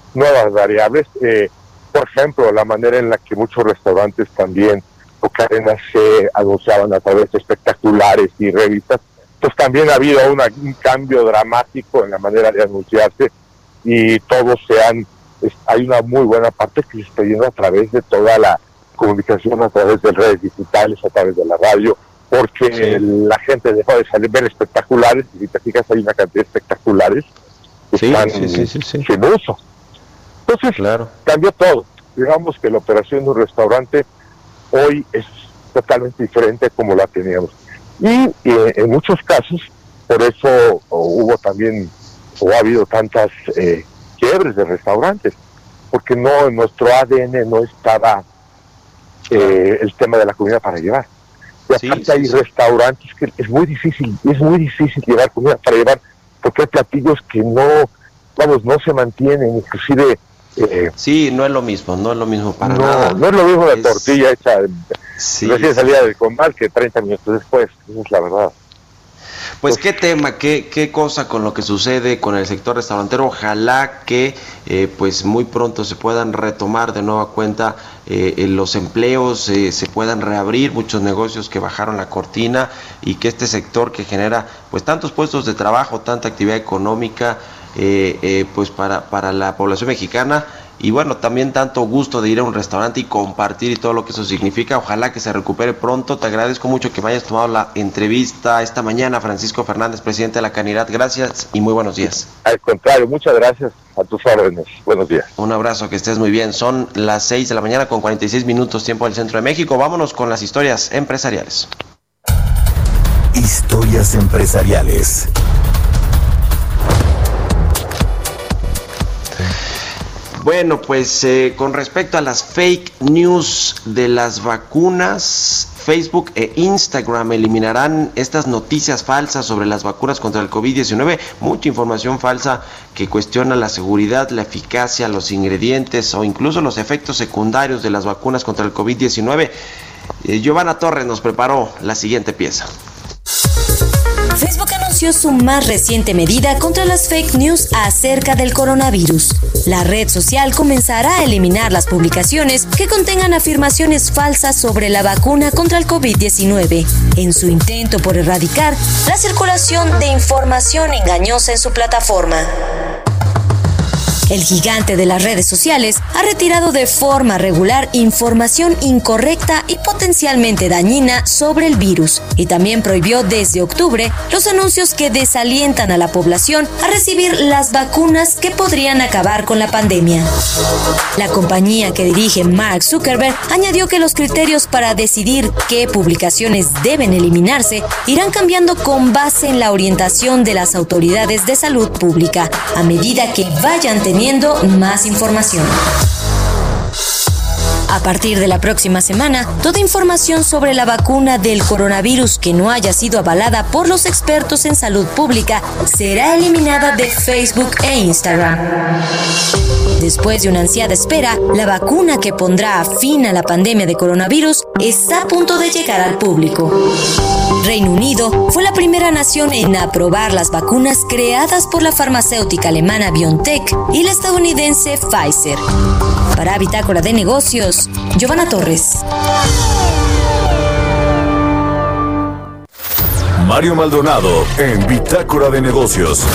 por ejemplo, la manera en la que muchos restaurantes también o cadenas se anunciaban a través de espectaculares y revistas, pues también ha habido un cambio dramático en la manera de anunciarse, y todos hay una muy buena parte que se está yendo a través de toda la comunicación, a través de redes digitales, a través de la radio, porque la gente dejó de salir ver espectaculares, y si te fijas hay una cantidad de espectaculares que están sin uso. Entonces, cambió todo. Digamos que la operación de un restaurante hoy es totalmente diferente como la teníamos. Y en muchos casos, por eso hubo también, o ha habido tantas quiebres de restaurantes, porque en nuestro ADN no estaba el tema de la comida para llevar. Y aparte hay restaurantes que es muy difícil llevar comida para llevar, porque hay platillos que no se mantienen, inclusive... no es lo mismo para nada. No es lo mismo la tortilla hecha recién salida del comal que 30 minutos después, esa es la verdad. Pues qué tema, qué cosa con lo que sucede con el sector restaurantero. Ojalá que pues muy pronto se puedan retomar de nueva cuenta los empleos, se puedan reabrir muchos negocios que bajaron la cortina, y que este sector que genera pues tantos puestos de trabajo, tanta actividad económica, pues para la población mexicana, y bueno, también tanto gusto de ir a un restaurante y compartir y todo lo que eso significa. Ojalá que se recupere pronto. Te agradezco mucho que me hayas tomado la entrevista esta mañana, Francisco Fernández, presidente de la Canidad. Gracias y muy buenos días. Al contrario, muchas gracias, a tus órdenes. Buenos días. Un abrazo, que estés muy bien. Son las 6 de la mañana con 46 minutos, tiempo del centro de México. Vámonos con las historias empresariales. Historias empresariales. Bueno, pues con respecto a las fake news de las vacunas, Facebook e Instagram eliminarán estas noticias falsas sobre las vacunas contra el COVID-19, mucha información falsa que cuestiona la seguridad, la eficacia, los ingredientes o incluso los efectos secundarios de las vacunas contra el COVID-19. Giovanna Torres nos preparó la siguiente pieza. Facebook anunció su más reciente medida contra las fake news acerca del coronavirus. La red social comenzará a eliminar las publicaciones que contengan afirmaciones falsas sobre la vacuna contra el COVID-19, en su intento por erradicar la circulación de información engañosa en su plataforma. El gigante de las redes sociales ha retirado de forma regular información incorrecta y potencialmente dañina sobre el virus, y también prohibió desde octubre los anuncios que desalientan a la población a recibir las vacunas que podrían acabar con la pandemia. La compañía que dirige Mark Zuckerberg añadió que los criterios para decidir qué publicaciones deben eliminarse irán cambiando con base en la orientación de las autoridades de salud pública a medida que vayan teniendo más información. A partir de la próxima semana, toda información sobre la vacuna del coronavirus que no haya sido avalada por los expertos en salud pública será eliminada de Facebook e Instagram. Después de una ansiada espera, la vacuna que pondrá fin a la pandemia de coronavirus está a punto de llegar al público. Reino Unido fue la primera nación en aprobar las vacunas creadas por la farmacéutica alemana BioNTech y la estadounidense Pfizer. Para Bitácora de Negocios, Giovanna Torres. Mario Maldonado en Bitácora de Negocios.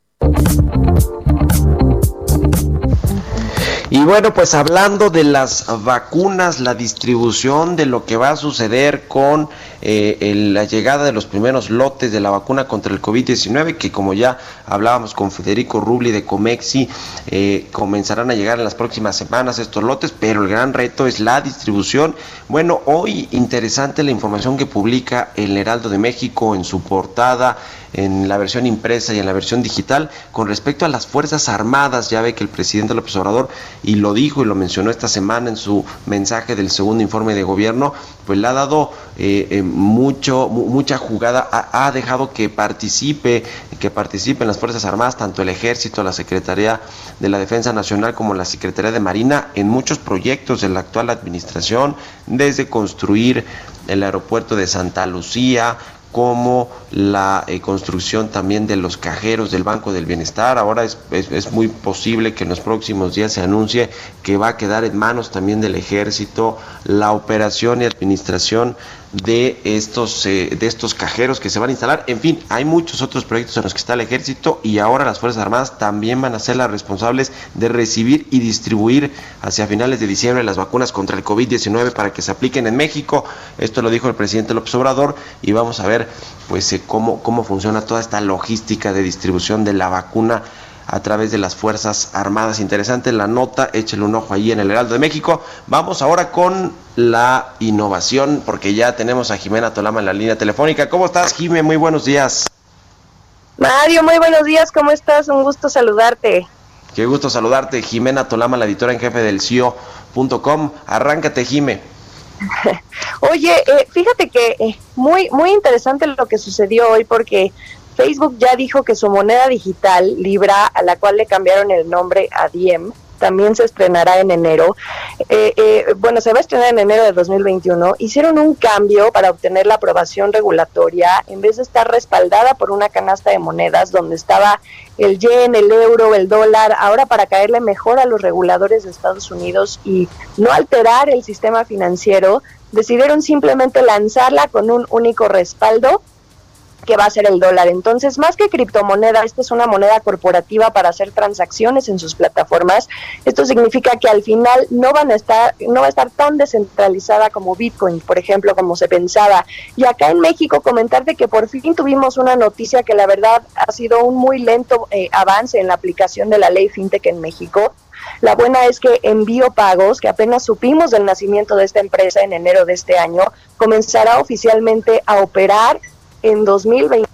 Y bueno, pues hablando de las vacunas, la distribución de lo que va a suceder con la llegada de los primeros lotes de la vacuna contra el COVID-19, que como ya hablábamos con Federico Rubli de Comexi, comenzarán a llegar en las próximas semanas estos lotes, pero el gran reto es la distribución. Bueno, hoy interesante la información que publica el Heraldo de México en su portada, en la versión impresa y en la versión digital, con respecto a las Fuerzas Armadas. Ya ve que el presidente López Obrador, y lo dijo y lo mencionó esta semana en su mensaje del segundo informe de gobierno, pues le ha dado mucha jugada, ha dejado que participen las Fuerzas Armadas, tanto el Ejército, la Secretaría de la Defensa Nacional como la Secretaría de Marina, en muchos proyectos de la actual administración, desde construir el aeropuerto de Santa Lucía, como la construcción también de los cajeros del Banco del Bienestar. Ahora es muy posible que en los próximos días se anuncie que va a quedar en manos también del Ejército la operación y administración de estos cajeros que se van a instalar. En fin, hay muchos otros proyectos en los que está el Ejército, y ahora las Fuerzas Armadas también van a ser las responsables de recibir y distribuir hacia finales de diciembre las vacunas contra el COVID-19 para que se apliquen en México. Esto lo dijo el presidente López Obrador, y vamos a ver pues cómo funciona toda esta logística de distribución de la vacuna a través de las Fuerzas Armadas. Interesante la nota, échale un ojo ahí en el Heraldo de México. Vamos ahora con la innovación, porque ya tenemos a Jimena Tolama en la línea telefónica. ¿Cómo estás, Jimé? Muy buenos días. Mario, muy buenos días, ¿cómo estás? Un gusto saludarte. Qué gusto saludarte, Jimena Tolama, la editora en jefe del CIO.com. Arráncate, Jime. Oye, fíjate que muy interesante lo que sucedió hoy, porque Facebook ya dijo que su moneda digital, Libra, a la cual le cambiaron el nombre a Diem, también se estrenará en enero. Se va a estrenar en enero de 2021. Hicieron un cambio para obtener la aprobación regulatoria. En vez de estar respaldada por una canasta de monedas donde estaba el yen, el euro, el dólar, ahora para caerle mejor a los reguladores de Estados Unidos y no alterar el sistema financiero, decidieron simplemente lanzarla con un único respaldo, que va a ser el dólar. Entonces, más que criptomoneda, esta es una moneda corporativa para hacer transacciones en sus plataformas. Esto significa que al final no va a estar tan descentralizada como Bitcoin, por ejemplo, como se pensaba. Y acá en México, comentarte que por fin tuvimos una noticia que la verdad ha sido un muy lento avance en la aplicación de la ley FinTech en México. La buena es que Envío Pagos, que apenas supimos del nacimiento de esta empresa en enero de este año, comenzará oficialmente a operar en 2020.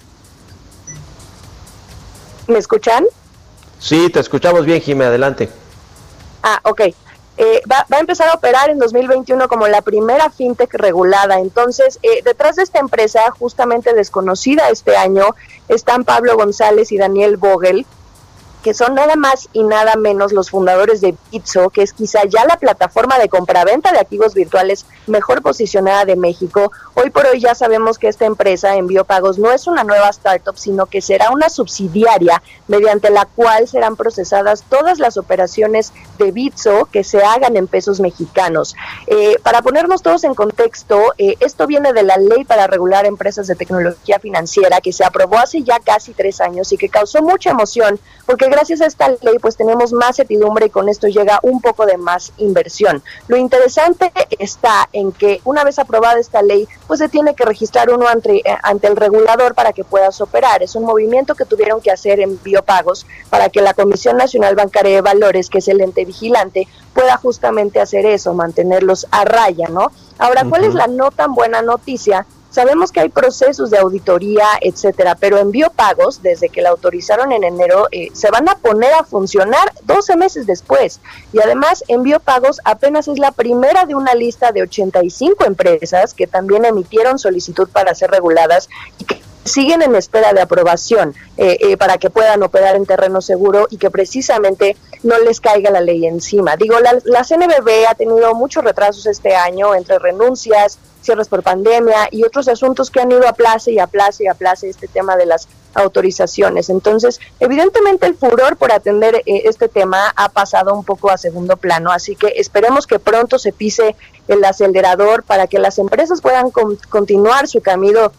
¿Me escuchan? Sí, te escuchamos bien, Jimé, adelante. Ok. Va a empezar a operar en 2021 como la primera fintech regulada. Entonces, detrás de esta empresa, justamente desconocida este año, están Pablo González y Daniel Vogel, que son nada más y nada menos los fundadores de Bitso, que es quizá ya la plataforma de compraventa de activos virtuales mejor posicionada de México. Hoy por hoy ya sabemos que esta empresa, Envío Pagos, no es una nueva startup, sino que será una subsidiaria mediante la cual serán procesadas todas las operaciones de Bitso que se hagan en pesos mexicanos. Para ponernos todos en contexto, esto viene de la Ley para Regular Empresas de Tecnología Financiera, que se aprobó hace ya casi 3 años y que causó mucha emoción, porque gracias a esta ley pues tenemos más certidumbre y con esto llega un poco de más inversión. Lo interesante está en que una vez aprobada esta ley, pues se tiene que registrar uno ante el regulador para que puedas operar. Es un movimiento que tuvieron que hacer Envío Pagos para que la Comisión Nacional Bancaria de Valores, que es el ente vigilante, pueda justamente hacer eso, mantenerlos a raya, ¿no? Ahora, ¿cuál es la no tan buena noticia? Sabemos que hay procesos de auditoría, etcétera, pero Envío Pagos, desde que la autorizaron en enero, se van a poner a funcionar 12 meses después. Y además, Envío Pagos apenas es la primera de una lista de 85 empresas que también emitieron solicitud para ser reguladas y que siguen en espera de aprobación para que puedan operar en terreno seguro y que precisamente no les caiga la ley encima. Digo, la CNBV ha tenido muchos retrasos este año entre renuncias, cierres por pandemia y otros asuntos que han ido a place este tema de las autorizaciones. Entonces, evidentemente el furor por atender este tema ha pasado un poco a segundo plano, así que esperemos que pronto se pise el acelerador para que las empresas puedan continuar su camino,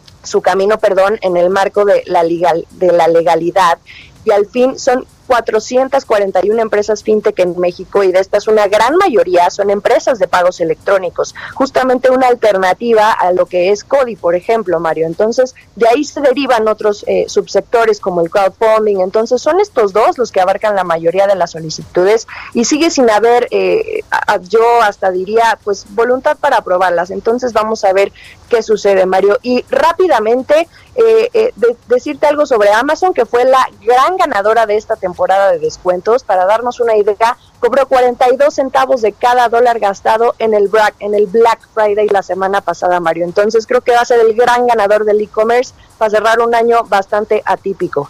en el marco de la legalidad. Y al fin son 441 empresas fintech en México y de estas una gran mayoría son empresas de pagos electrónicos, justamente una alternativa a lo que es CODI, por ejemplo, Mario. Entonces, de ahí se derivan otros subsectores como el crowdfunding. Entonces, son estos dos los que abarcan la mayoría de las solicitudes y sigue sin haber, yo hasta diría, pues, voluntad para aprobarlas. Entonces, vamos a ver qué sucede, Mario. Y rápidamente, decirte algo sobre Amazon, que fue la gran ganadora de esta temporada de descuentos. Para darnos una idea, cobró 42 centavos de cada dólar gastado en el Black Friday la semana pasada, Mario. Entonces creo que va a ser el gran ganador del e-commerce para cerrar un año bastante atípico.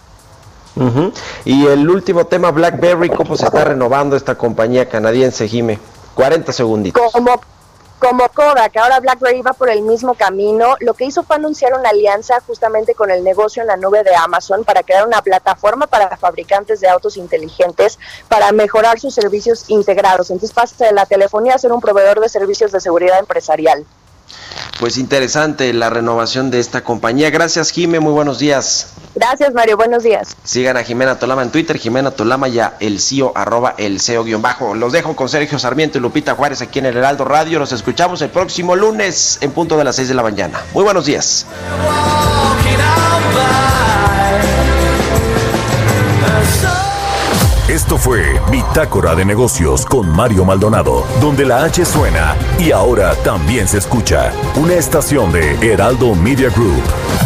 Y el último tema, BlackBerry, ¿cómo se está renovando esta compañía canadiense, Jime? 40 segunditos. Como Kodak, ahora BlackBerry va por el mismo camino. Lo que hizo fue anunciar una alianza justamente con el negocio en la nube de Amazon para crear una plataforma para fabricantes de autos inteligentes para mejorar sus servicios integrados. Entonces pasa de la telefonía a ser un proveedor de servicios de seguridad empresarial. Pues interesante la renovación de esta compañía. Gracias, Jime, muy buenos días. Gracias, Mario, buenos días. Sigan a Jimena Tolama en Twitter, Jimena Tolama y a el CEO, @elceo_. Los dejo con Sergio Sarmiento y Lupita Juárez aquí en el Heraldo Radio. Los escuchamos el próximo lunes en punto de las 6 de la mañana. Muy buenos días. Esto fue Bitácora de Negocios con Mario Maldonado, donde la H suena y ahora también se escucha. Una estación de Heraldo Media Group.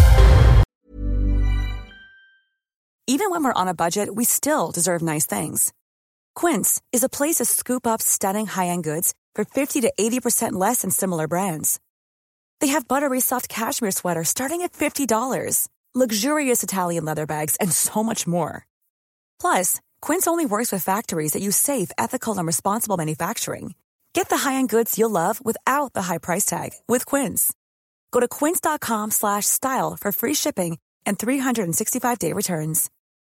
Even when we're on a budget, we still deserve nice things. Quince is a place to scoop up stunning high-end goods for 50 to 80% less than similar brands. They have buttery soft cashmere sweaters starting at $50, luxurious Italian leather bags, and so much more. Plus, Quince only works with factories that use safe, ethical, and responsible manufacturing. Get the high-end goods you'll love without the high price tag with Quince. Go to quince.com/style for free shipping and 365-day returns.